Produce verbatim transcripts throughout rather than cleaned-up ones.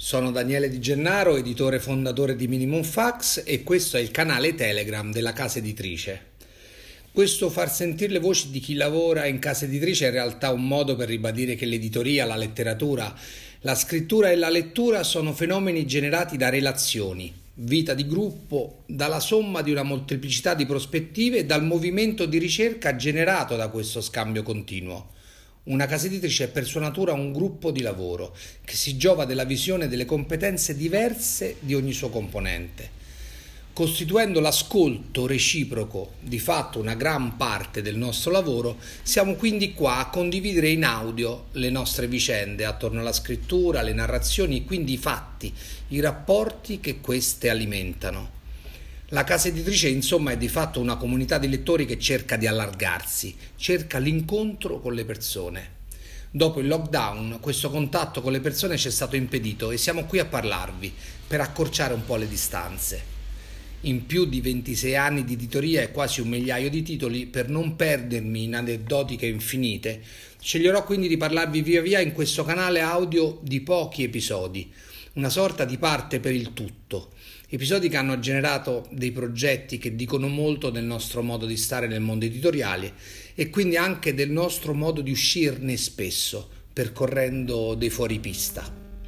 Sono Daniele Di Gennaro, editore fondatore di Minimum Fax, e questo è il canale Telegram della casa editrice. Questo far sentire le voci di chi lavora in casa editrice è in realtà un modo per ribadire che l'editoria, la letteratura, la scrittura e la lettura sono fenomeni generati da relazioni, vita di gruppo, dalla somma di una molteplicità di prospettive e dal movimento di ricerca generato da questo scambio continuo. Una casa editrice è per sua natura un gruppo di lavoro che si giova della visione delle competenze diverse di ogni suo componente, costituendo l'ascolto reciproco di fatto una gran parte del nostro lavoro. Siamo quindi qua a condividere in audio le nostre vicende attorno alla scrittura, le narrazioni e quindi i fatti, i rapporti che queste alimentano. La casa editrice, insomma, è di fatto una comunità di lettori che cerca di allargarsi, cerca l'incontro con le persone. Dopo il lockdown, questo contatto con le persone ci è stato impedito e siamo qui a parlarvi per accorciare un po' le distanze. In più di ventisei anni di editoria e quasi un migliaio di titoli, per non perdermi in aneddotiche infinite, sceglierò quindi di parlarvi via via in questo canale audio di pochi episodi, una sorta di parte per il tutto. Episodi che hanno generato dei progetti che dicono molto del nostro modo di stare nel mondo editoriale e quindi anche del nostro modo di uscirne spesso, percorrendo dei fuoripista.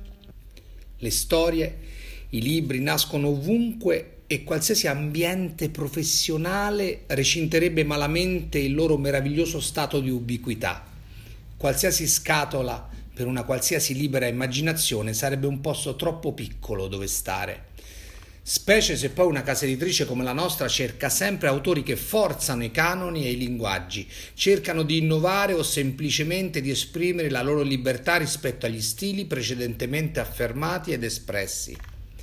Le storie, i libri nascono ovunque e qualsiasi ambiente professionale recinterebbe malamente il loro meraviglioso stato di ubiquità. Qualsiasi scatola per una qualsiasi libera immaginazione sarebbe un posto troppo piccolo dove stare. Specie se poi una casa editrice come la nostra cerca sempre autori che forzano i canoni e i linguaggi, cercano di innovare o semplicemente di esprimere la loro libertà rispetto agli stili precedentemente affermati ed espressi.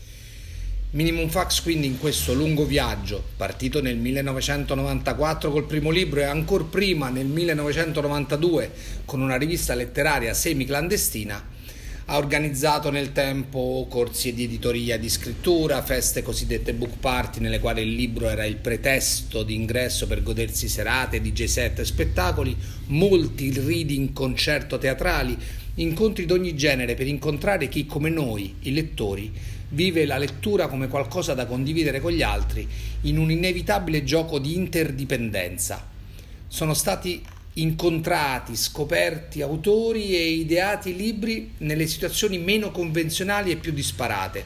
Minimum Fax quindi in questo lungo viaggio, partito nel millenovecentonovantaquattro col primo libro e ancor prima nel millenovecentonovantadue con una rivista letteraria semi-clandestina, ha organizzato nel tempo corsi di editoria, di scrittura, feste cosiddette book party nelle quali il libro era il pretesto di ingresso per godersi serate, D J set e spettacoli, molti reading concerto teatrali, incontri d'ogni genere per incontrare chi come noi, i lettori, vive la lettura come qualcosa da condividere con gli altri in un inevitabile gioco di interdipendenza. Sono stati incontrati, scoperti autori e ideati libri nelle situazioni meno convenzionali e più disparate.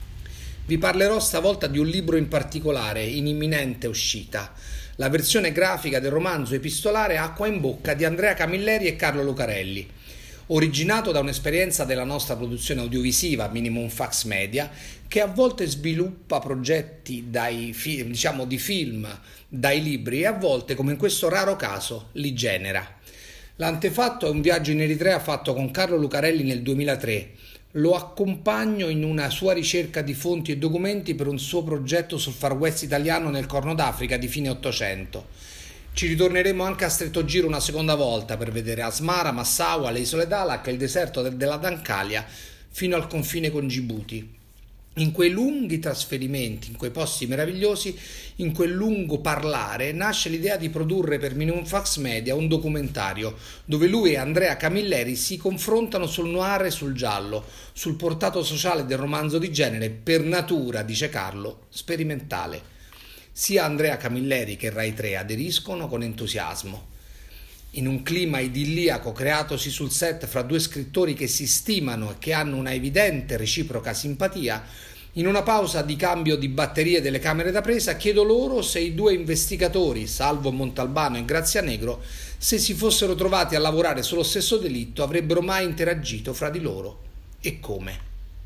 Vi parlerò stavolta di un libro in particolare, in imminente uscita, la versione grafica del romanzo epistolare Acqua in bocca di Andrea Camilleri e Carlo Lucarelli, originato da un'esperienza della nostra produzione audiovisiva Minimum Fax Media, che a volte sviluppa progetti dai fi- diciamo di film, dai libri e a volte, come in questo raro caso, li genera. L'antefatto è un viaggio in Eritrea fatto con Carlo Lucarelli nel duemilatré. Lo accompagno in una sua ricerca di fonti e documenti per un suo progetto sul Far West italiano nel Corno d'Africa di fine Ottocento. Ci ritorneremo anche a stretto giro una seconda volta per vedere Asmara, Massaua, le isole Dahlak e il deserto della Dancalia fino al confine con Gibuti. In quei lunghi trasferimenti, in quei posti meravigliosi, in quel lungo parlare, nasce l'idea di produrre per Minimum Fax Media un documentario dove lui e Andrea Camilleri si confrontano sul noir e sul giallo, sul portato sociale del romanzo di genere, per natura, dice Carlo, sperimentale. Sia Andrea Camilleri che Rai tre aderiscono con entusiasmo. In un clima idilliaco creatosi sul set fra due scrittori che si stimano e che hanno una evidente reciproca simpatia, in una pausa di cambio di batterie delle camere da presa chiedo loro se i due investigatori, Salvo Montalbano e Grazia Negro, se si fossero trovati a lavorare sullo stesso delitto avrebbero mai interagito fra di loro e come.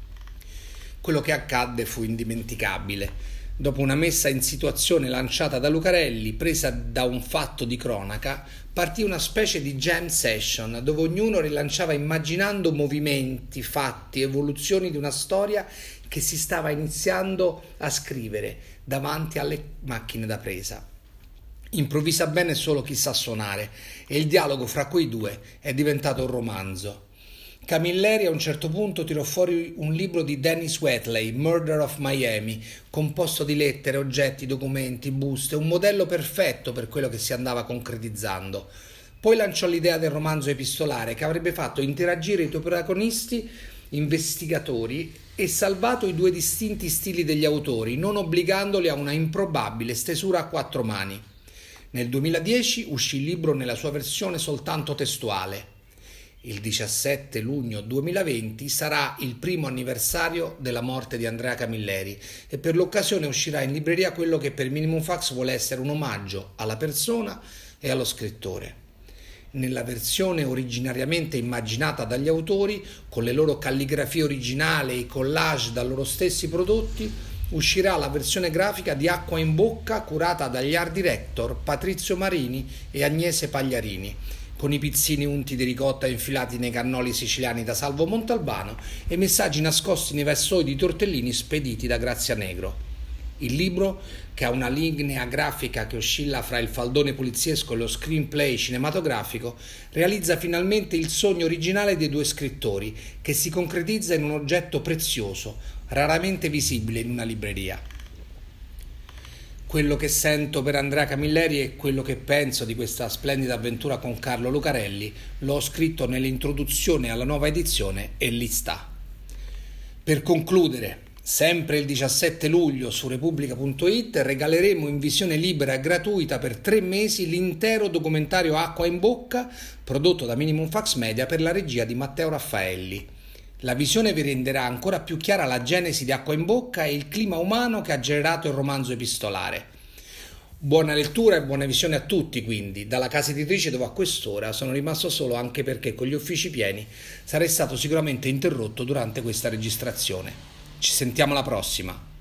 Quello che accadde fu indimenticabile. Dopo una messa in situazione lanciata da Lucarelli, presa da un fatto di cronaca, partì una specie di jam session dove ognuno rilanciava immaginando movimenti, fatti, evoluzioni di una storia che si stava iniziando a scrivere davanti alle macchine da presa. Improvvisa bene solo chi sa suonare e il dialogo fra quei due è diventato un romanzo. Camilleri a un certo punto tirò fuori un libro di Dennis Waitley, Murder of Miami, composto di lettere, oggetti, documenti, buste, un modello perfetto per quello che si andava concretizzando. Poi lanciò l'idea del romanzo epistolare che avrebbe fatto interagire i tuoi protagonisti investigatori e salvato i due distinti stili degli autori, non obbligandoli a una improbabile stesura a quattro mani. Nel duemiladieci uscì il libro nella sua versione soltanto testuale. Il diciassette luglio duemilaventi sarà il primo anniversario della morte di Andrea Camilleri e per l'occasione uscirà in libreria quello che per Minimum Fax vuole essere un omaggio alla persona e allo scrittore. Nella versione originariamente immaginata dagli autori, con le loro calligrafie originali e i collage da loro stessi prodotti, uscirà la versione grafica di Acqua in Bocca curata dagli art director Patrizio Marini e Agnese Pagliarini, con i pizzini unti di ricotta infilati nei cannoli siciliani da Salvo Montalbano e messaggi nascosti nei vassoi di tortellini spediti da Grazia Negro. Il libro, che ha una linea grafica che oscilla fra il faldone poliziesco e lo screenplay cinematografico, realizza finalmente il sogno originale dei due scrittori, che si concretizza in un oggetto prezioso, raramente visibile in una libreria. Quello che sento per Andrea Camilleri e quello che penso di questa splendida avventura con Carlo Lucarelli l'ho scritto nell'introduzione alla nuova edizione e lì sta. Per concludere, sempre il diciassette luglio su Repubblica punto it regaleremo in visione libera e gratuita per tre mesi l'intero documentario Acqua in Bocca prodotto da Minimum Fax Media per la regia di Matteo Raffaelli. La visione vi renderà ancora più chiara la genesi di Acqua in Bocca e il clima umano che ha generato il romanzo epistolare. Buona lettura e buona visione a tutti, quindi, dalla casa editrice dove a quest'ora sono rimasto solo anche perché con gli uffici pieni sarei stato sicuramente interrotto durante questa registrazione. Ci sentiamo alla prossima!